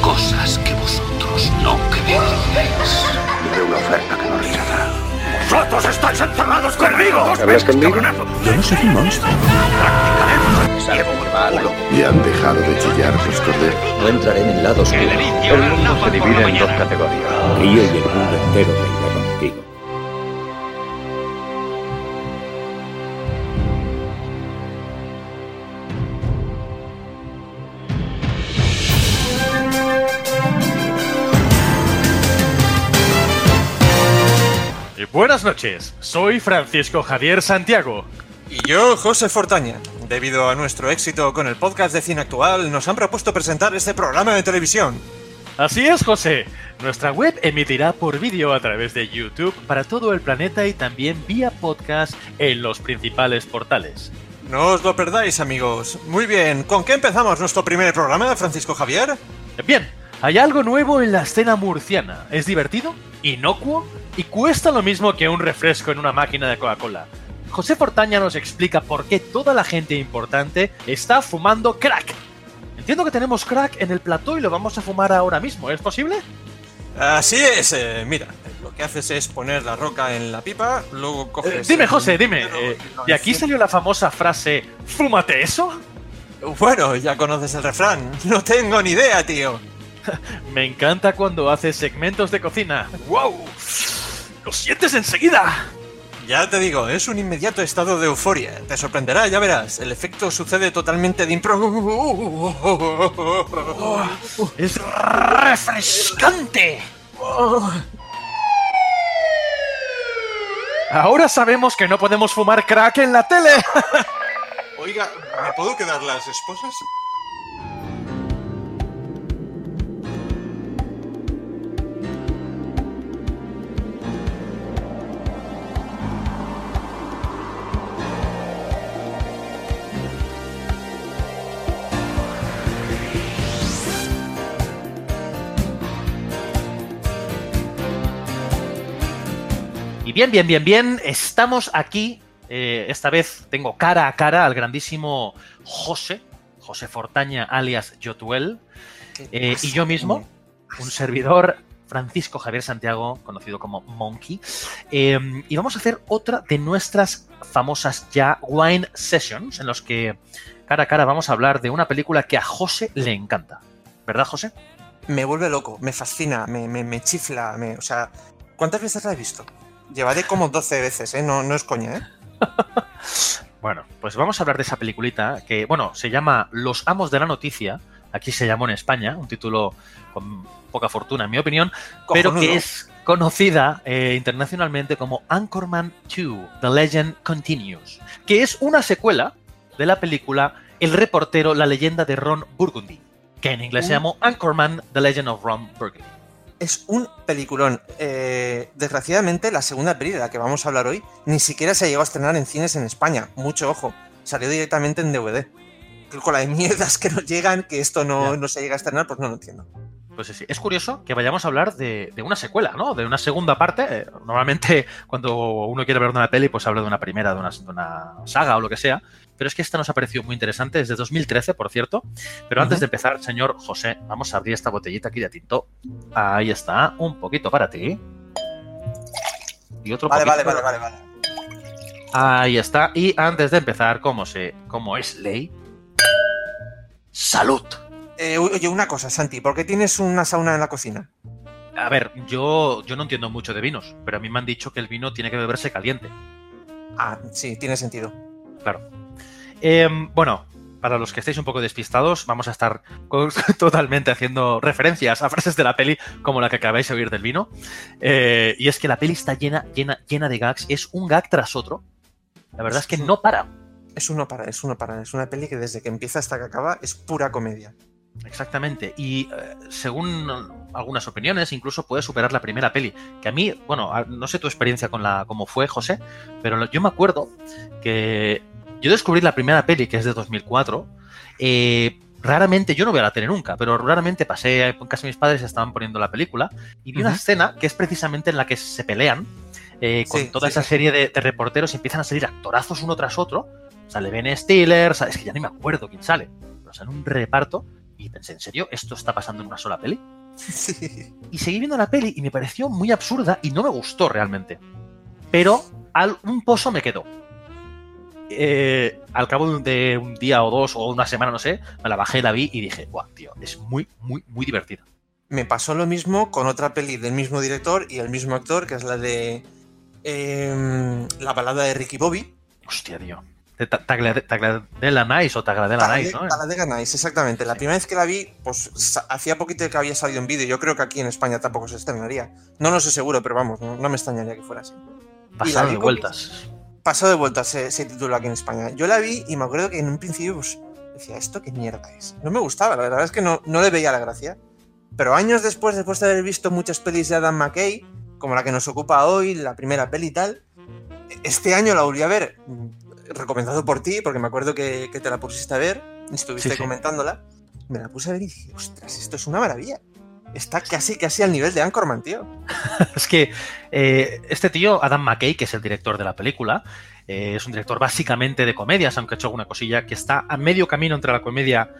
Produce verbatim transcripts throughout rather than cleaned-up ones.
cosas que vosotros no creéis. Le haré una oferta que no rechazará. ¡Vosotros estáis encerrados conmigo! ¿Hablas conmigo? Yo no soy un monstruo. Llevo un culo. ¿Y han dejado de chillar los corderos? No entraré en el lado oscuro. El mundo se divide en dos categorías. Río y el mundo entero reirá contigo. Buenas noches, soy Francisco Javier Santiago. Y yo, José Fortaña. Debido a nuestro éxito con el podcast de Cine Actual, nos han propuesto presentar este programa de televisión. Así es, José. Nuestra web emitirá por vídeo a través de YouTube para todo el planeta y también vía podcast en los principales portales. No os lo perdáis, amigos. Muy bien, ¿con qué empezamos nuestro primer programa, Francisco Javier? Bien, hay algo nuevo en la escena murciana. Es divertido, inocuo y cuesta lo mismo que un refresco en una máquina de Coca-Cola. José Fortaña nos explica por qué toda la gente importante está fumando crack. Entiendo que tenemos crack en el plató y lo vamos a fumar ahora mismo, ¿es posible? Así es, eh, mira, lo que haces es poner la roca en la pipa, luego coges... Eh, dime, José, dime, eh, ¿de aquí salió la famosa frase «¿Fúmate eso»? Bueno, ya conoces el refrán, no tengo ni idea, tío. Me encanta cuando haces segmentos de cocina. ¡Wow! ¡Lo sientes enseguida! Ya te digo, es un inmediato estado de euforia. Te sorprenderá, ya verás. El efecto sucede totalmente de impro... Oh, ¡es refrescante! Oh. Ahora sabemos que no podemos fumar crack en la tele. Oiga, ¿me puedo quedar las esposas? Y bien, bien, bien, bien, estamos aquí, eh, esta vez tengo cara a cara al grandísimo José, José Fortaña alias Yotuel, eh, y yo mismo, un servidor, Francisco Javier Santiago, conocido como Monkey, eh, y vamos a hacer otra de nuestras famosas ya Wine Sessions, en los que cara a cara vamos a hablar de una película que a José le encanta, ¿verdad, José? Me vuelve loco, me fascina, me, me, me chifla, me, o sea, ¿cuántas veces la he visto? Llevaré como doce veces, ¿eh? No, no es coña, ¿eh? Bueno, pues vamos a hablar de esa peliculita que, bueno, se llama Los Amos de la Noticia. Aquí se llamó en España, un título con poca fortuna, en mi opinión, Cojonudo. Pero que es conocida eh, internacionalmente como Anchorman dos, The Legend Continues, que es una secuela de la película El reportero, la leyenda de Ron Burgundy, que en inglés uh. se llamó Anchorman, The Legend of Ron Burgundy. Es un peliculón. Eh, desgraciadamente, la segunda peli de la que vamos a hablar hoy ni siquiera se llegó a estrenar en cines en España. Mucho ojo. Salió directamente en D V D. Con la de mierdas que nos llegan, que esto no, no se llega a estrenar, pues no lo entiendo. Pues sí, es curioso que vayamos a hablar de, de una secuela, ¿no? De una segunda parte. Eh, normalmente, cuando uno quiere ver una peli, pues habla de una primera, de una, de una saga o lo que sea. Pero es que esta nos ha parecido muy interesante, es de dos mil trece, por cierto. Pero antes uh-huh. de empezar, señor José, vamos a abrir esta botellita aquí de tinto. Ahí está, un poquito para ti. Y otro vale, poquito. Vale, vale, vale, vale. Ahí está. Y antes de empezar, como, se, como es ley, ¡salud! Eh, oye, una cosa, Santi, ¿por qué tienes una sauna en la cocina? A ver, yo, yo no entiendo mucho de vinos, pero a mí me han dicho que el vino tiene que beberse caliente. Ah, sí, tiene sentido. Claro. Eh, bueno, para los que estéis un poco despistados, vamos a estar totalmente haciendo referencias a frases de la peli como la que acabáis de oír del vino. Eh, y es que la peli está llena, llena, llena de gags. Es un gag tras otro. La verdad es, es que no para. Es uno para, es uno para. Es una peli que desde que empieza hasta que acaba es pura comedia. Exactamente. Y eh, según algunas opiniones, incluso puede superar la primera peli. Que a mí, bueno, no sé tu experiencia con la cómo fue, José, pero yo me acuerdo que yo descubrí la primera peli, que es de dos mil cuatro, eh, raramente, yo no voy a la tele nunca, pero raramente pasé en casa de mis padres, estaban poniendo la película, y vi uh-huh. una escena que es precisamente en la que se pelean eh, con sí, toda sí, esa sí. serie de, de reporteros y empiezan a salir actorazos uno tras otro. Sale Ben Stiller, es que ya ni me acuerdo quién sale, pero sale un reparto Y pensé, ¿en serio? ¿Esto está pasando en una sola peli? Sí. Y seguí viendo la peli y me pareció muy absurda y no me gustó realmente. Pero al, un pozo me quedó. Eh, al cabo de un día o dos o una semana, no sé, me la bajé, la vi y dije, guau, tío, es muy, muy, muy divertida. Me pasó lo mismo con otra peli del mismo director y el mismo actor, que es la de eh, La balada de Ricky Bobby. Hostia, tío. Tagladela Nice o Tagladela Nice, ¿no? Tagladela Nice, exactamente. La primera vez que la vi, pues hacía poquito que había salido en vídeo. Yo creo que aquí en España tampoco se estrenaría. No lo sé seguro, pero vamos, no, no me extrañaría que fuera así. Pasado de vueltas. Pasado de vueltas se, se titula aquí en España. Yo la vi y me acuerdo que en un principio pues, decía, ¿esto qué mierda es? No me gustaba, la verdad es que no, no le veía la gracia. Pero años después, después de haber visto muchas pelis de Adam McKay, como la que nos ocupa hoy, la primera peli y tal, este año la volví a ver, recomendado por ti, porque me acuerdo que, que te la pusiste a ver, estuviste sí, sí. comentándola, me la puse a ver y dije, ostras, esto es una maravilla. Está casi, casi al nivel de Anchorman, tío. Es que eh, este tío, Adam McKay, que es el director de la película, eh, es un director básicamente de comedias, aunque ha hecho alguna cosilla, que está a medio camino entre la comedia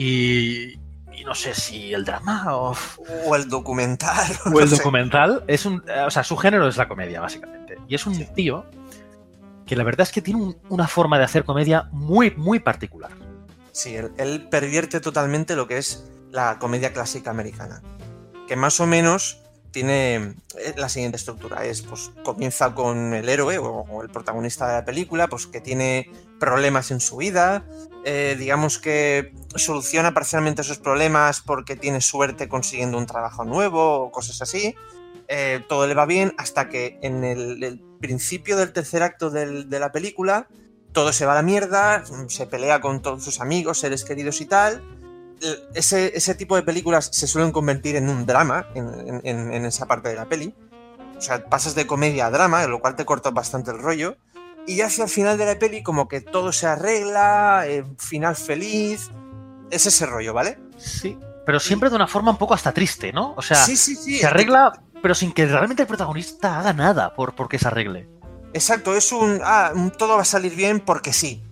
y... y no sé si el drama o... o el documental. O el no documental. Es un, o sea, su género es la comedia, básicamente. Y es un sí. tío que la verdad es que tiene un, una forma de hacer comedia muy, muy particular. Sí, él, él pervierte totalmente lo que es la comedia clásica americana. Que más o menos tiene la siguiente estructura. Es, pues, comienza con el héroe o, o el protagonista de la película, pues que tiene problemas en su vida. Eh, digamos que soluciona parcialmente esos problemas porque tiene suerte consiguiendo un trabajo nuevo o cosas así. Eh, todo le va bien hasta que en el, el principio del tercer acto del, de la película todo se va a la mierda, se pelea con todos sus amigos, seres queridos y tal. Ese, ese tipo de películas se suelen convertir en un drama en, en, en esa parte de la peli. O sea, pasas de comedia a drama, lo cual te corta bastante el rollo. Y hacia el final de la peli como que todo se arregla, eh, final feliz. Es ese rollo, ¿vale? Sí, pero siempre de una forma un poco hasta triste, ¿no? O sea, sí, sí, sí, se arregla, pero sin que realmente el protagonista haga nada por, por que se arregle. Exacto, es un... Ah, todo va a salir bien porque sí.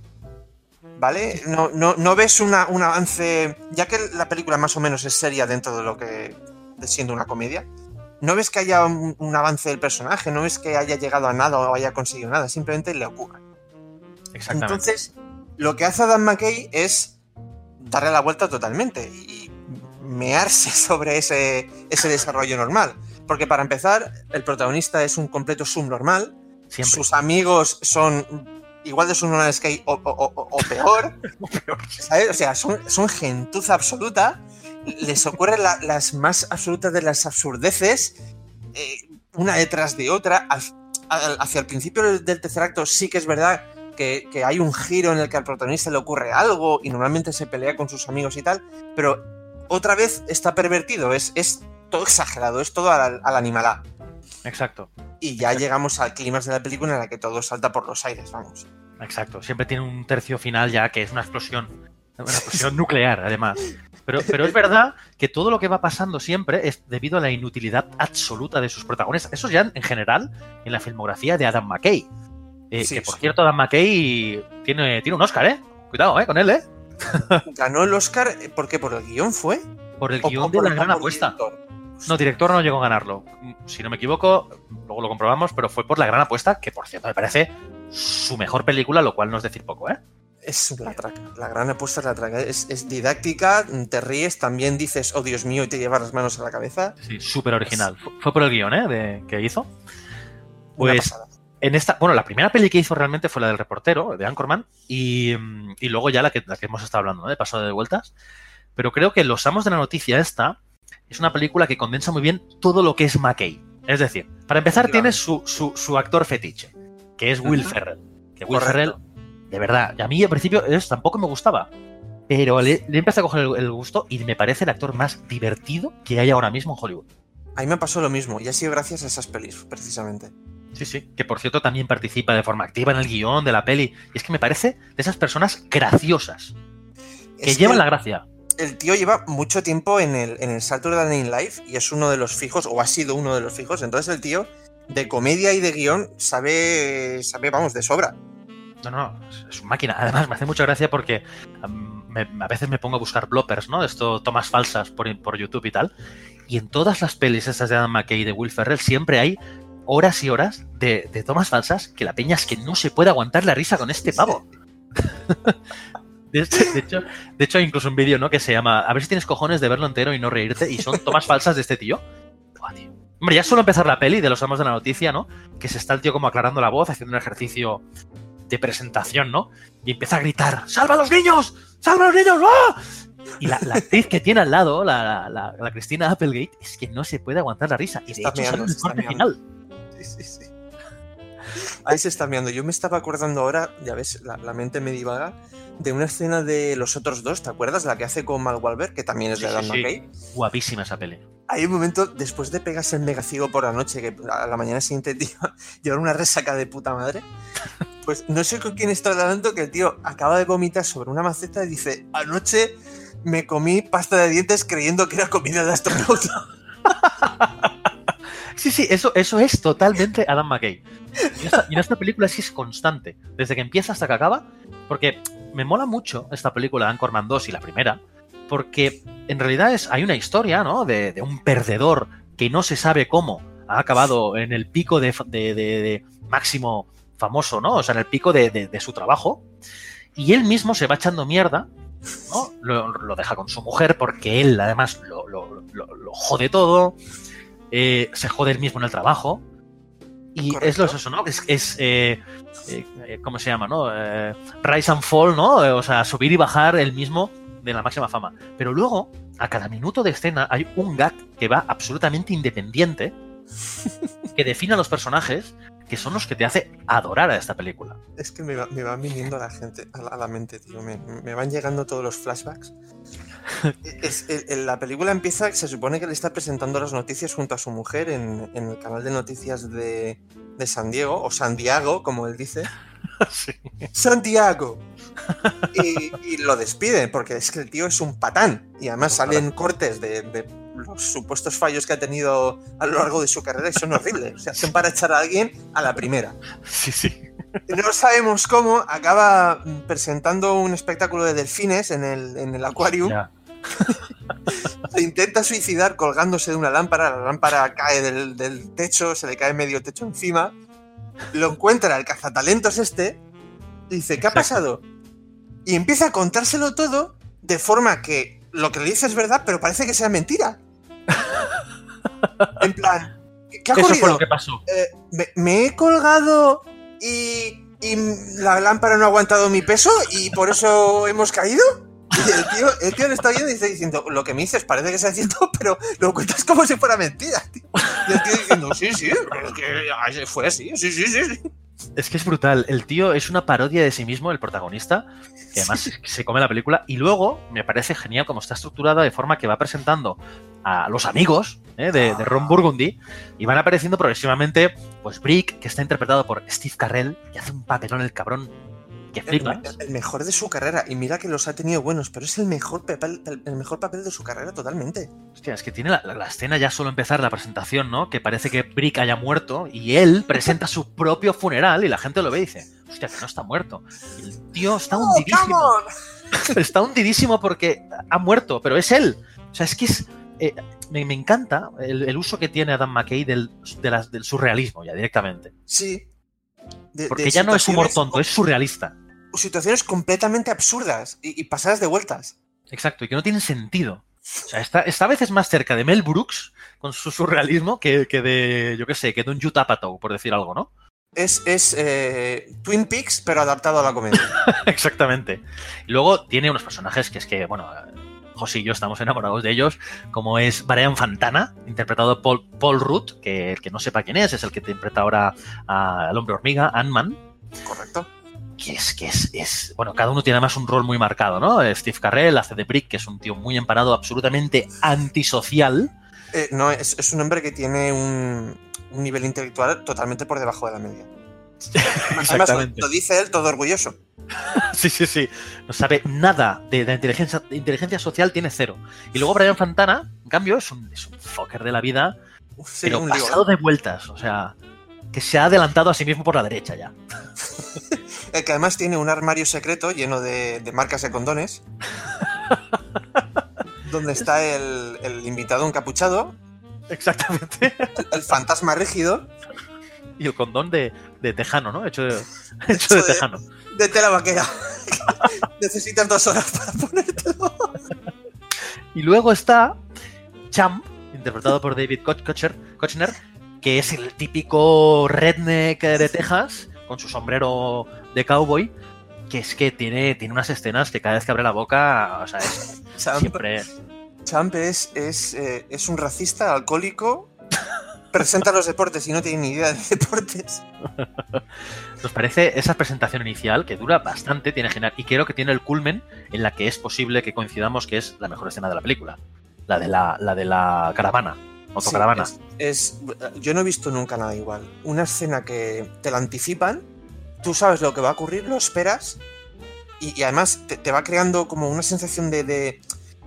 ¿Vale? No, no, no ves una, un avance... Ya que la película más o menos es seria dentro de lo que... de siendo una comedia... No ves que haya un, un avance del personaje, no ves que haya llegado a nada o haya conseguido nada, simplemente le ocurre. Exactamente. Entonces, lo que hace Adam McKay es darle la vuelta totalmente y mearse sobre ese, ese desarrollo normal. Porque para empezar, el protagonista es un completo subnormal, siempre. Sus amigos son igual de subnormales que hay o, o, o, o peor, ¿sabes? O sea, son, son gentuza absoluta. Les ocurren la, las más absolutas de las absurdeces, eh, una detrás de otra. Al, al, hacia el principio del, del tercer acto sí que es verdad que, que hay un giro en el que al protagonista le ocurre algo y normalmente se pelea con sus amigos y tal, pero otra vez está pervertido, es, es todo exagerado, es todo al, al animalá. Exacto. Y ya Exacto. llegamos al clímax de la película en la que todo salta por los aires, vamos. Exacto, siempre tiene un tercio final ya que es una explosión, una explosión nuclear además. Pero, pero es verdad que todo lo que va pasando siempre es debido a la inutilidad absoluta de sus protagonistas. Eso ya en general en la filmografía de Adam McKay. Eh, sí, que por sí. cierto, Adam McKay tiene, tiene un Oscar, ¿eh? Cuidado, ¿eh? Con él, ¿eh? ¿Ganó el Oscar? ¿Por qué? ¿Por el guión fue? Por el guión de La Gran Apuesta. Director. No, director no llegó a ganarlo. Si no me equivoco, luego lo comprobamos, pero fue por La Gran Apuesta, que por cierto me parece su mejor película, lo cual no es decir poco, ¿eh? Es la traca, La Gran Apuesta es la traca. Es, es didáctica, te ríes, también dices, oh Dios mío, y te llevas las manos a la cabeza. Sí, súper original. Es... Fue por el guión, ¿eh? De, que hizo. Pues en esta, bueno, la primera peli que hizo realmente fue la del reportero, de Anchorman, y, y luego ya la que, la que hemos estado hablando, ¿no? De Paso de Vueltas. Pero creo que Los Amos de la Noticia esta es una película que condensa muy bien todo lo que es McKay. Es decir, para empezar tiene su, su, su actor fetiche, que es Will Ferrell. Que Will Correcto. Ferrell, de verdad, y a mí al principio eso tampoco me gustaba, pero le, le empecé a coger el, el gusto y me parece el actor más divertido que hay ahora mismo en Hollywood. A mí me pasó lo mismo, y ha sido gracias a esas pelis, precisamente. Sí, sí, que por cierto también participa de forma activa en el guión de la peli, y es que me parece de esas personas graciosas, que es llevan que... la gracia. El tío lleva mucho tiempo en el, en el Saturday Night Live y es uno de los fijos, o ha sido uno de los fijos. Entonces el tío, de comedia y de guión, sabe, sabe vamos, de sobra. No, no, es una máquina. Además, me hace mucha gracia porque um, me, a veces me pongo a buscar bloppers, ¿no? Esto, tomas falsas por, por YouTube y tal. Y en todas las pelis estas de Adam McKay y de Will Ferrell siempre hay horas y horas de, de tomas falsas que la peña es que no se puede aguantar la risa con este pavo. De hecho, de, hecho, de hecho, hay incluso un vídeo, ¿no? Que se llama a ver si tienes cojones de verlo entero y no reírte. Y son tomas falsas de este tío. Buah, tío. Hombre, ya solo empezar la peli de los amos de la noticia, ¿no? Que se está el tío como aclarando la voz, haciendo un ejercicio de presentación, ¿no? Y empieza a gritar, ¡salva a los niños! ¡Salva a los niños! ¡Ah! Y la, la actriz que tiene al lado, la, la, la Christina Applegate, es que no se puede aguantar la risa. Y de Está hecho meando, sale en el se está corte meando. final. Sí, sí, sí. Ahí se está mirando. Yo me estaba acordando ahora, ya ves, la, la mente me divaga, de una escena de Los Otros Dos, ¿te acuerdas? La que hace con Mark Wahlberg, que también es de Sí, Adam sí, sí. McKay. Guapísima esa peli. Hay un momento, después de pegarse el megaciego por la noche, que a la mañana siguiente, tío, llevar una resaca de puta madre, pues no sé con quién está hablando, que el tío acaba de vomitar sobre una maceta y dice, anoche me comí pasta de dientes creyendo que era comida de astronauta. Sí, sí, eso, eso es totalmente Adam McKay. Y en, esta, y en esta película sí es constante, desde que empieza hasta que acaba, porque me mola mucho esta película, Anchorman dos y la primera, porque en realidad es, hay una historia, ¿no? De, de un perdedor que no se sabe cómo ha acabado en el pico de, de, de, de máximo famoso, ¿no? O sea, en el pico de, de, de su trabajo, y él mismo se va echando mierda, ¿no? Lo, lo deja con su mujer porque él además lo, lo, lo, lo jode todo, eh, se jode él mismo en el trabajo. Y correcto. Es lo eso, ¿no? Es, es eh, eh, ¿cómo se llama, no? Eh, rise and fall, ¿no? O sea, subir y bajar él mismo de la máxima fama. Pero luego, a cada minuto de escena, hay un gag que va absolutamente independiente, que define a los personajes, que son los que te hace adorar a esta película. Es que me, va, me van viniendo a la gente, a la, a la mente, tío. Me, me van llegando todos los flashbacks. es, es, el, la película empieza, se supone que le está presentando las noticias junto a su mujer en, en el canal de noticias de, de San Diego, o San Diego, como él dice. Sí. ¡Santiago! Y, y lo despide, porque es que el tío es un patán. Y además salen cortes de, de los supuestos fallos que ha tenido a lo largo de su carrera y son horribles. O sea, hacen para echar a alguien a la primera. Sí, sí. No sabemos cómo, acaba presentando un espectáculo de delfines en el, en el acuario. Yeah. Se intenta suicidar colgándose de una lámpara, la lámpara cae del, del techo, se le cae medio techo encima. Lo encuentra el cazatalentos este y dice, ¿qué ha pasado? Y empieza a contárselo todo de forma que lo que le dice es verdad, pero parece que sea mentira. En plan, ¿qué ha ocurrido? Eso fue lo que pasó. Eh, me, me he colgado y, y la lámpara no ha aguantado mi peso y por eso hemos caído. Y el tío, el tío le está viendo y está diciendo, lo que me dices parece que sea cierto, pero lo cuentas como si fuera mentira, tío. Y el tío diciendo, sí, sí, es que fue así, sí, sí, sí. Es que es brutal. El tío es una parodia de sí mismo, el protagonista, que además sí. se come la película. Y luego me parece genial cómo está estructurada de forma que va presentando a los amigos ¿eh? de, de Ron Burgundy y van apareciendo progresivamente, pues Brick, que está interpretado por Steve Carell, que hace un papelón el cabrón. Que flipas. El, el mejor de su carrera, y mira que los ha tenido buenos, pero es el mejor papel, el mejor papel de su carrera totalmente. Hostia, es que tiene la, la, la escena ya solo empezar la presentación, ¿no? Que parece que Brick haya muerto y él presenta su propio funeral y la gente lo ve y dice, hostia, que no está muerto. Y el tío está hundidísimo. Oh, está hundidísimo porque ha muerto, pero es él. O sea, es que es... Eh, me, me encanta el, el uso que tiene Adam McKay del, de las, del surrealismo ya directamente. Sí. De, Porque de ya no es humor tonto, es surrealista. Situaciones completamente absurdas y, y pasadas de vueltas. Exacto, y que no tienen sentido. O sea, esta, esta vez es más cerca de Mel Brooks con su surrealismo que, que de, yo qué sé, que de un Judd Apatow, por decir algo, ¿no? Es, es eh, Twin Peaks, pero adaptado a la comedia. Exactamente. Y luego tiene unos personajes que es que, bueno, José y yo estamos enamorados de ellos, como es Brian Fantana, interpretado por Paul, Paul Rudd, que el que no sepa quién es, es el que interpreta ahora al hombre hormiga, Ant-Man. Correcto. Que es, que es, es, bueno, cada uno tiene además un rol muy marcado, ¿no? Steve Carell hace de Brick, que es un tío muy empanado, absolutamente antisocial. Eh, no, es, es un hombre que tiene un, un nivel intelectual totalmente por debajo de la media. Además, lo, lo dice él todo orgulloso. Sí, sí, sí. No sabe nada de la inteligencia, de inteligencia social, tiene cero. Y luego Brian Fantana, en cambio, es un, es un fucker de la vida, Uf, sí, pero un pasado lío, ¿eh? de vueltas, o sea... que se ha adelantado a sí mismo por la derecha ya. El que además tiene un armario secreto lleno de, de marcas de condones. Donde está el, el invitado encapuchado. Exactamente. El, el fantasma rígido. Y el condón de, de tejano, ¿no? Hecho de, hecho de, de tejano. De tela vaquera. Necesitas dos horas para ponértelo. Y luego está Champ, interpretado por David Kochner, Kochner, que es el típico redneck de Texas, con su sombrero de cowboy, que es que tiene, tiene unas escenas que cada vez que abre la boca, o sea, es Champ, siempre... Champ es, es, eh, es un racista, alcohólico, presenta los deportes y no tiene ni idea de deportes. Nos parece esa presentación inicial, que dura bastante, tiene genial, y creo que tiene el culmen en la que es posible que coincidamos que es la mejor escena de la película, la de la, la, de la caravana, autocaravana. Sí, es, es, yo no he visto nunca nada igual. Una escena que te la anticipan, tú sabes lo que va a ocurrir, lo esperas, y, y además te, te va creando como una sensación de, de...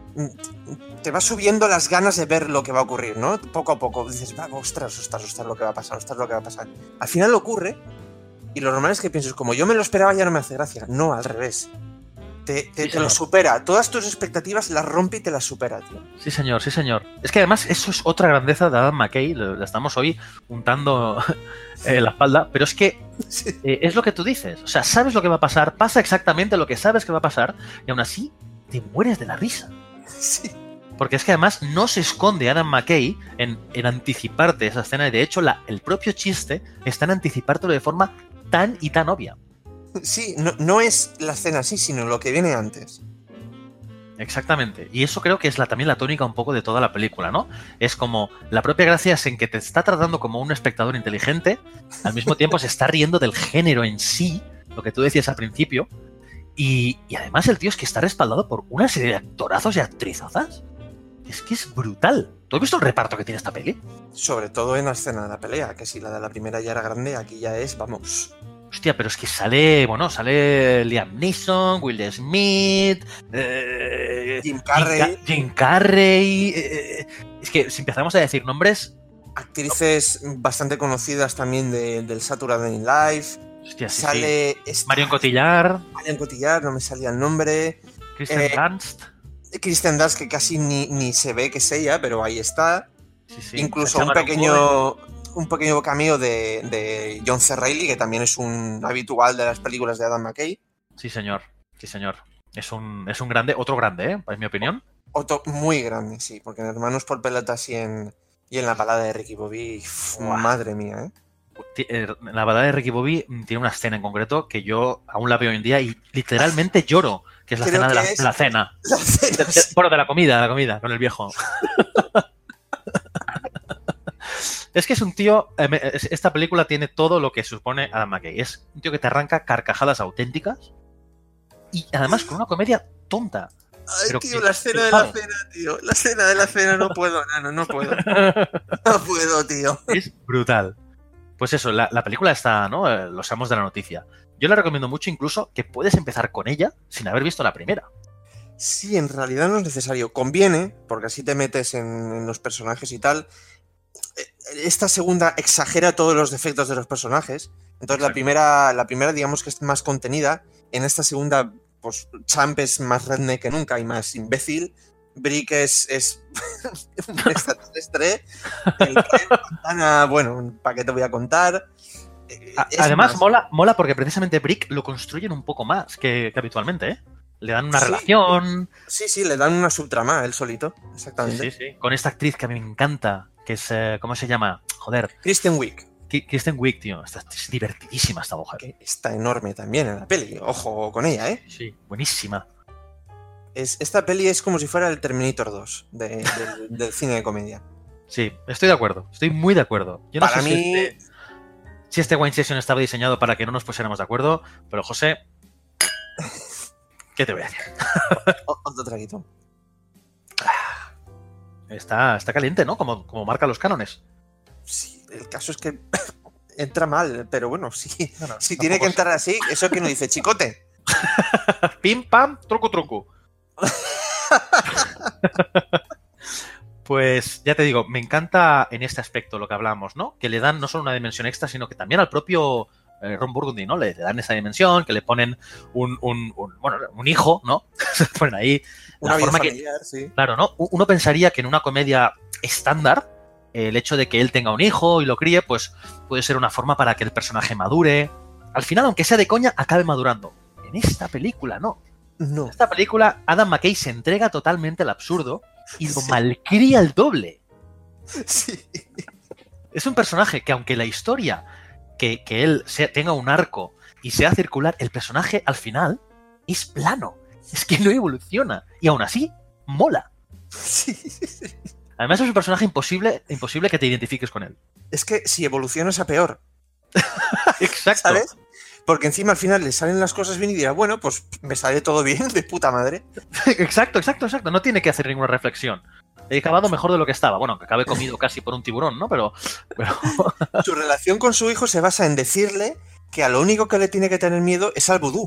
te va subiendo las ganas de ver lo que va a ocurrir, ¿no? Poco a poco dices, va, ostras, ostras, ostras, lo que va a pasar, ostras, lo que va a pasar. Al final ocurre, y lo normal es que pienses, como yo me lo esperaba, ya no me hace gracia. No, al revés. Te, te, sí, te lo supera. Todas tus expectativas las rompe y te las supera, tío. Sí, señor, sí, señor. Es que además eso es otra grandeza de Adam McKay. La estamos hoy untando eh, la espalda, pero es que Sí. eh, es lo que tú dices. O sea, sabes lo que va a pasar, pasa exactamente lo que sabes que va a pasar, y aún así te mueres de la risa. Sí. Porque es que además no se esconde Adam McKay en, en anticiparte esa escena, y de hecho la, el propio chiste está en anticipártelo de forma tan y tan obvia. Sí, no, no es la escena así, sino lo que viene antes. Exactamente. Y eso creo que es la, también la tónica un poco de toda la película, ¿no? Es como la propia gracia es en que te está tratando como un espectador inteligente, al mismo tiempo se está riendo del género en sí, lo que tú decías al principio, y, y además el tío es que está respaldado por una serie de actorazos y actrizazas. Es que es brutal. ¿Tú has visto el reparto que tiene esta peli? Sobre todo en la escena de la pelea, que si la de la primera ya era grande, aquí ya es, vamos... Hostia, pero es que sale, bueno, sale Liam Neeson, Will Smith, eh, Jim Carrey. Jim, Jim Carrey. Eh, es que si empezamos a decir nombres... Actrices bastante conocidas también de, del Saturday Night Live. Hostia, sí, Sale... sí. Esta, Marion Cotillard. Marion Cotillard, no me salía el nombre. Kristen Eh, Dunst. Kristen Dunst, que casi ni, ni se ve que es ella, pero ahí está. Sí, sí. Incluso Sacha un Baron pequeño... un pequeño cameo de, de John C. Reilly, que también es un habitual de las películas de Adam McKay. Sí, señor. Sí, señor. Es un, es un grande, otro grande, ¿eh? En mi opinión. Otro muy grande, sí, porque en Hermanos por Pelotas y en, y en la balada de Ricky Bobby, uf, madre mía, ¿eh? La balada de Ricky Bobby tiene una escena en concreto que yo aún la veo hoy en día y literalmente lloro, que es la Creo escena de la, que es de la cena. La cena, De- de- sí. bueno, de la comida, de la comida, con el viejo. Es que es un tío... eh, me- es- Esta película tiene todo lo que supone Adam McKay. Es un tío que te arranca carcajadas auténticas y además con una comedia tonta. Ay, Pero tío, que- la escena de claro. la cena, tío. La escena de la cena no puedo, no, no puedo. No puedo, tío. Es brutal. Pues eso, la, la película está, ¿no? Eh, Los amos de la noticia. Yo la recomiendo mucho, incluso que puedes empezar con ella sin haber visto la primera. Sí, en realidad no es necesario. Conviene, porque así te metes en, en los personajes y tal. Esta segunda exagera todos los defectos de los personajes. Entonces la Exacto. primera, la primera digamos que es más contenida. En esta segunda, pues Champ es más redneck que nunca y más imbécil. Brick es, es un extraterrestre. El Ken Montana, bueno, ¿para qué te voy a contar? Eh, A- es Además, más- mola, mola porque precisamente Brick lo construyen un poco más que, que habitualmente, ¿eh? Le dan una Sí. relación. Sí, sí, le dan una subtrama a él solito. Sí, Exactamente. sí, sí. Con esta actriz que a mí me encanta, que es, eh, ¿cómo se llama? Joder, Kristen Wiig, Ki- Kristen Wiig, tío. Está, es divertidísima esta mujer. que está enorme también en la peli. Ojo con ella, ¿eh? Sí, buenísima. Es, esta peli es como si fuera el Terminator dos de- del, del cine de comedia. Sí, estoy de acuerdo. Estoy muy de acuerdo. Yo no Para sé mí, si este, si este Wine Session estaba diseñado para que no nos pusiéramos de acuerdo, pero José, ¿qué te voy a decir? o- otro traguito. Está, está caliente, ¿no? Como, como marca los cánones. Sí, el caso es que entra mal, pero bueno, sí. No, no, Si tampoco tiene que sé. entrar así, eso que no dice chicote. Pim, pam, truco, truco. Pues ya te digo, me encanta en este aspecto lo que hablamos, ¿no? Que le dan no solo una dimensión extra, sino que también al propio eh, Ron Burgundy, ¿no? Le, le dan esa dimensión, que le ponen un, un, un bueno, un hijo, ¿no? Se ponen ahí Una la vida forma familiar, que, sí. claro, ¿no? Uno pensaría que en una comedia estándar, eh, el hecho de que él tenga un hijo y lo críe, pues puede ser una forma para que el personaje madure. Al final, aunque sea de coña, acabe madurando. En esta película, no. No. En esta película, Adam McKay se entrega totalmente al absurdo y lo Sí. malcría el doble. Sí. Es un personaje que, aunque la historia, que, que él sea, tenga un arco y sea circular, el personaje al final es plano. Es que no evoluciona. Y aún así, mola. Sí. Además, es un personaje imposible, imposible que te identifiques con él. Es que si evolucionas a peor, Exacto. ¿sabes? Porque encima al final le salen las cosas bien y dirá, bueno, pues me sale todo bien, de puta madre. Exacto, exacto, exacto. No tiene que hacer ninguna reflexión. He acabado mejor de lo que estaba. Bueno, que acabé comido casi por un tiburón, ¿no? Pero, pero... Su relación con su hijo se basa en decirle que a lo único que le tiene que tener miedo es al vudú.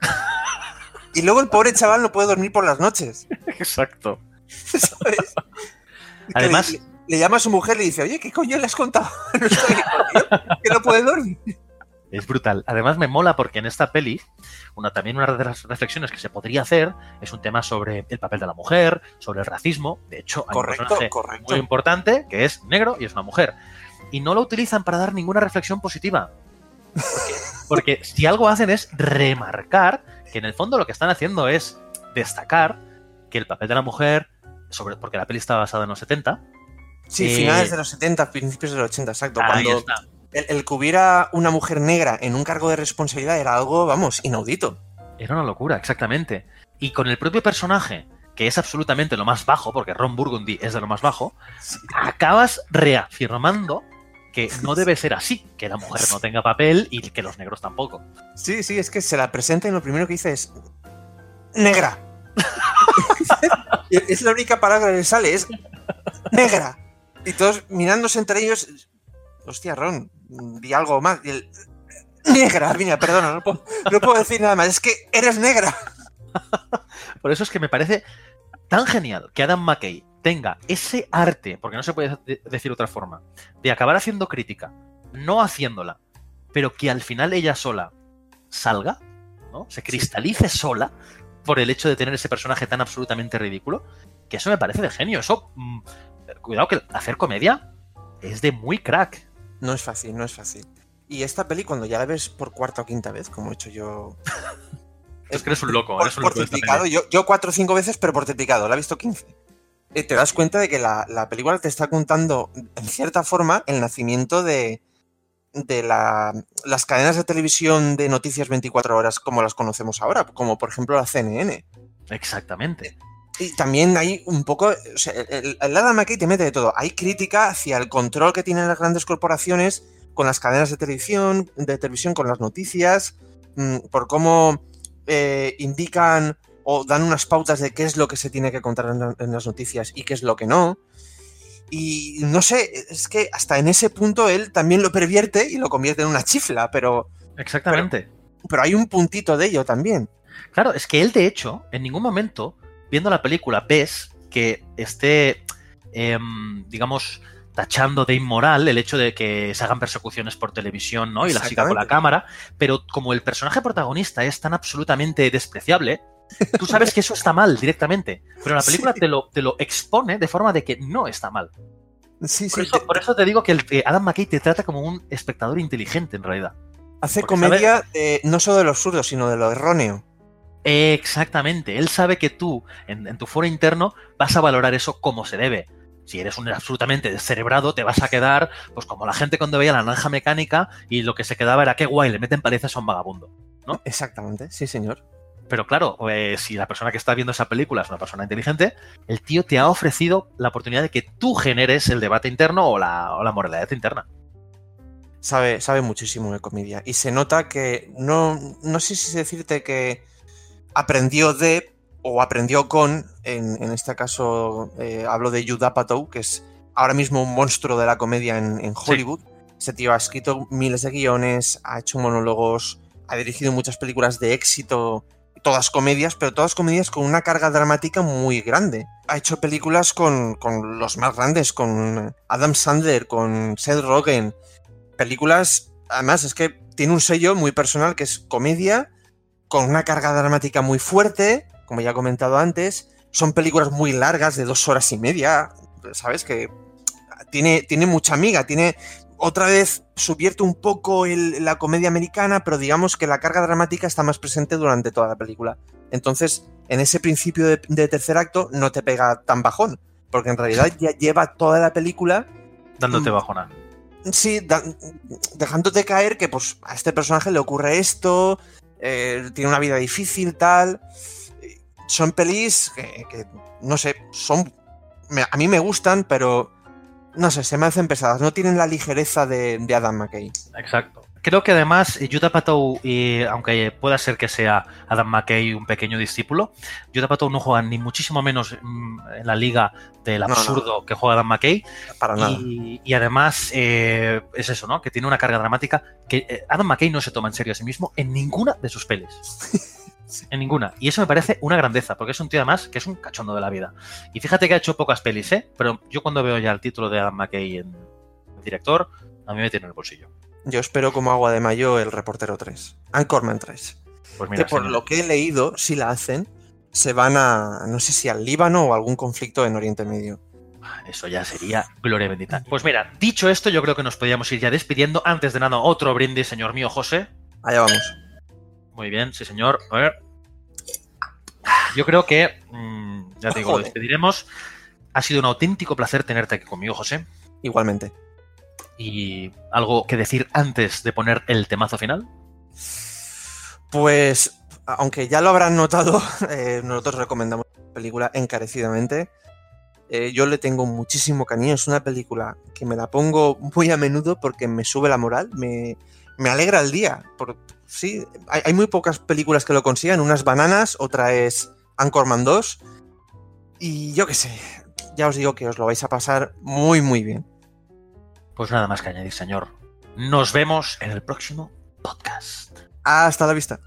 Y luego el pobre chaval no puede dormir por las noches. Exacto. ¿Sabes? Además... Le, le llama a su mujer y le dice, oye, ¿qué coño le has contado a nuestro hijo, tío? Que no puede dormir. Es brutal. Además me mola porque en esta peli, una, también una de las reflexiones que se podría hacer es un tema sobre el papel de la mujer, sobre el racismo. De hecho, hay Correcto, un personaje correcto. muy importante que es negro y es una mujer. Y no lo utilizan para dar ninguna reflexión positiva. Porque, porque si algo hacen es remarcar que en el fondo lo que están haciendo es destacar que el papel de la mujer, sobre, porque la peli está basada en los setenta. Sí, eh, finales de los setenta, principios de los ochenta, exacto. Ahí Cuando está. el, el que hubiera una mujer negra en un cargo de responsabilidad era algo, vamos, inaudito. Era una locura, exactamente. Y con el propio personaje, que es absolutamente lo más bajo, porque Ron Burgundy es de lo más bajo, acabas reafirmando que no debe ser así, que la mujer no tenga papel y que los negros tampoco. Sí, sí, es que se la presenta y lo primero que dice es negra. Es la única palabra que le sale, es negra. Y todos mirándose entre ellos, hostia, Ron, di algo más. Y el, negra, mira, perdona, no puedo, no puedo decir nada más, es que eres negra. Por eso es que me parece tan genial que Adam McKay tenga ese arte, porque no se puede de- decir otra forma, de acabar haciendo crítica, no haciéndola, pero que al final ella sola salga, ¿no? Se cristalice sola por el hecho de tener ese personaje tan absolutamente ridículo, que eso me parece de genio. Eso, mmm, cuidado que hacer comedia es de muy crack. No es fácil, no es fácil. Y esta peli, cuando ya la ves por cuarta o quinta vez, como he hecho yo... Es que eres un loco, por, eres un por loco de esta triplicado, peli. yo, yo cuatro o cinco veces, pero por triplicado, la he visto quince. Eh, te das cuenta de que la, la película te está contando, en cierta forma, el nacimiento de, de la, las cadenas de televisión de noticias veinticuatro horas como las conocemos ahora, como por ejemplo la C N N. Exactamente. Y también hay un poco, o sea, el, el Adam McKay te mete de todo. Hay crítica hacia el control que tienen las grandes corporaciones con las cadenas de televisión, de televisión con las noticias, mmm, por cómo eh, indican o dan unas pautas de qué es lo que se tiene que contar en, en las noticias y qué es lo que no. Y no sé, es que hasta en ese punto él también lo pervierte y lo convierte en una chifla, pero, Exactamente. pero hay un puntito de ello también. Claro, es que él, de hecho, en ningún momento, viendo la película, ves que esté, eh, digamos, tachando de inmoral el hecho de que se hagan persecuciones por televisión, ¿no? Y la siga con la cámara, pero como el personaje protagonista es tan absolutamente despreciable, tú sabes que eso está mal directamente, pero la película Sí. te, lo, te lo expone de forma de que no está mal. Sí, Por sí, eso, te- por eso te digo que el, que Adam McKay te trata como un espectador inteligente, en realidad. hace porque comedia de- no solo de lo absurdo, sino de lo erróneo. Exactamente. Él sabe que tú, en, en tu foro interno, vas a valorar eso como se debe. Si eres un absolutamente descerebrado, te vas a quedar pues como la gente cuando veía la naranja mecánica y lo que se quedaba era qué guay, le meten palizas a un vagabundo. Exactamente, sí, señor. Pero claro, eh, si la persona que está viendo esa película es una persona inteligente, el tío te ha ofrecido la oportunidad de que tú generes el debate interno o la, o la moralidad interna. Sabe, sabe muchísimo de comedia. Y se nota que no, no sé si decirte que aprendió de o aprendió con, en, en este caso eh, hablo de Judd Apatow, que es ahora mismo un monstruo de la comedia en, en Hollywood. Sí. Ese tío ha escrito miles de guiones, ha hecho monólogos, ha dirigido muchas películas de éxito todas comedias, pero todas comedias con una carga dramática muy grande. Ha hecho películas con, con los más grandes, con Adam Sandler, con Seth Rogen. Películas, además, es que tiene un sello muy personal que es comedia, con una carga dramática muy fuerte, como ya he comentado antes. Son películas muy largas, de dos horas y media, ¿sabes? Que tiene, tiene mucha miga, tiene... Otra vez subvierte un poco el, la comedia americana, pero digamos que la carga dramática está más presente durante toda la película. Entonces, en ese principio de, de tercer acto no te pega tan bajón, porque en realidad ya lleva toda la película... Dándote bajona. Sí, da, dejándote caer que pues a este personaje le ocurre esto, eh, tiene una vida difícil, tal... Son pelis que, que no sé, son... Me, a mí me gustan, pero... No sé, se me hacen pesadas. No tienen la ligereza de, de Adam McKay. Exacto. Creo que además Judd Apatow, y aunque pueda ser que sea Adam McKay un pequeño discípulo, Judd Apatow no juega ni muchísimo menos en la liga del absurdo no, no. que juega Adam McKay. Para nada. Y, y además eh, es eso, ¿no? Que tiene una carga dramática que eh, Adam McKay no se toma en serio a sí mismo en ninguna de sus pelis. Sí. En ninguna. Y eso me parece una grandeza, porque es un tío además que es un cachondo de la vida. Y fíjate que ha hecho pocas pelis, ¿eh? Pero yo cuando veo ya el título de Adam McKay en director, a mí me tiene en el bolsillo. Yo espero como agua de mayo El Reportero tres. Anchorman tres. Pues mira, que por señor. lo que he leído, si la hacen, se van a, no sé si al Líbano o a algún conflicto en Oriente Medio. Eso ya sería gloria bendita. Pues mira, dicho esto, yo creo que nos podríamos ir ya despidiendo. Antes de nada, otro brindis, señor mío José. Allá vamos. Muy bien, sí señor. A ver. Yo creo que, mmm, ya te digo, Joder. Lo despediremos. Ha sido un auténtico placer tenerte aquí conmigo, José. Igualmente. ¿Y algo que decir antes de poner el temazo final? Pues, aunque ya lo habrán notado, eh, nosotros recomendamos la película encarecidamente. Eh, yo le tengo muchísimo cariño. Es una película que me la pongo muy a menudo porque me sube la moral, me, me alegra el día. Por, sí, hay, hay muy pocas películas que lo consigan. Unas bananas, otra es Anchorman dos. Y yo qué sé, ya os digo que os lo vais a pasar muy, muy bien. Pues nada más que añadir, señor. Nos vemos en el próximo podcast. Hasta la vista.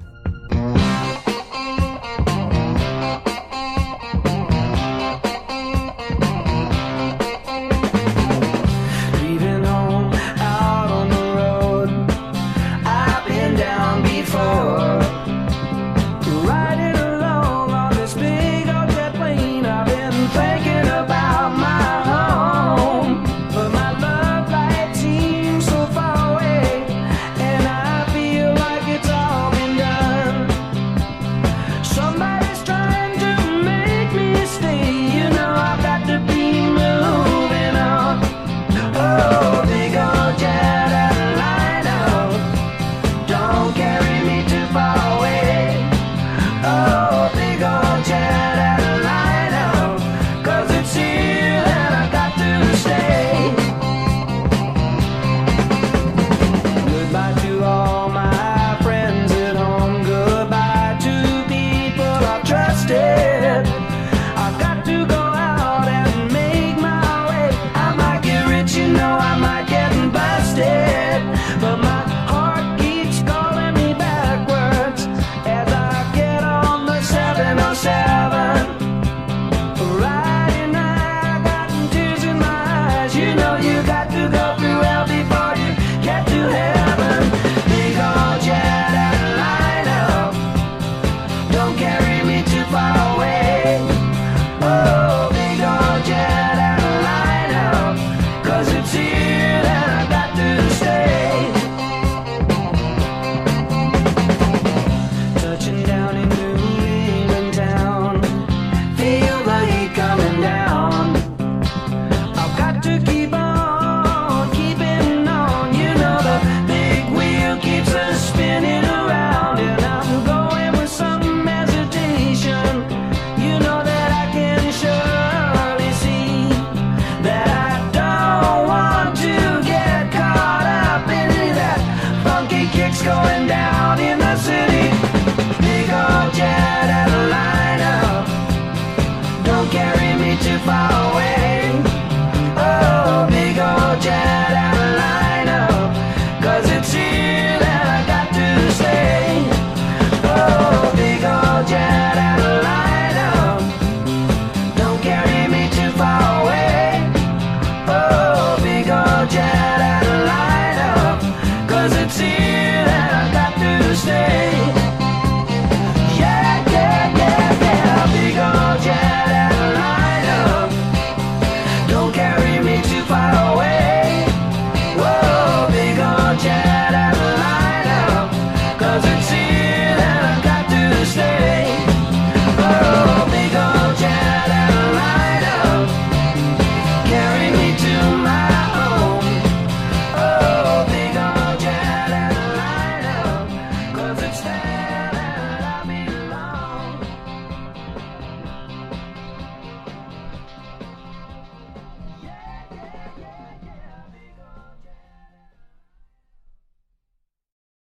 Done. eternity.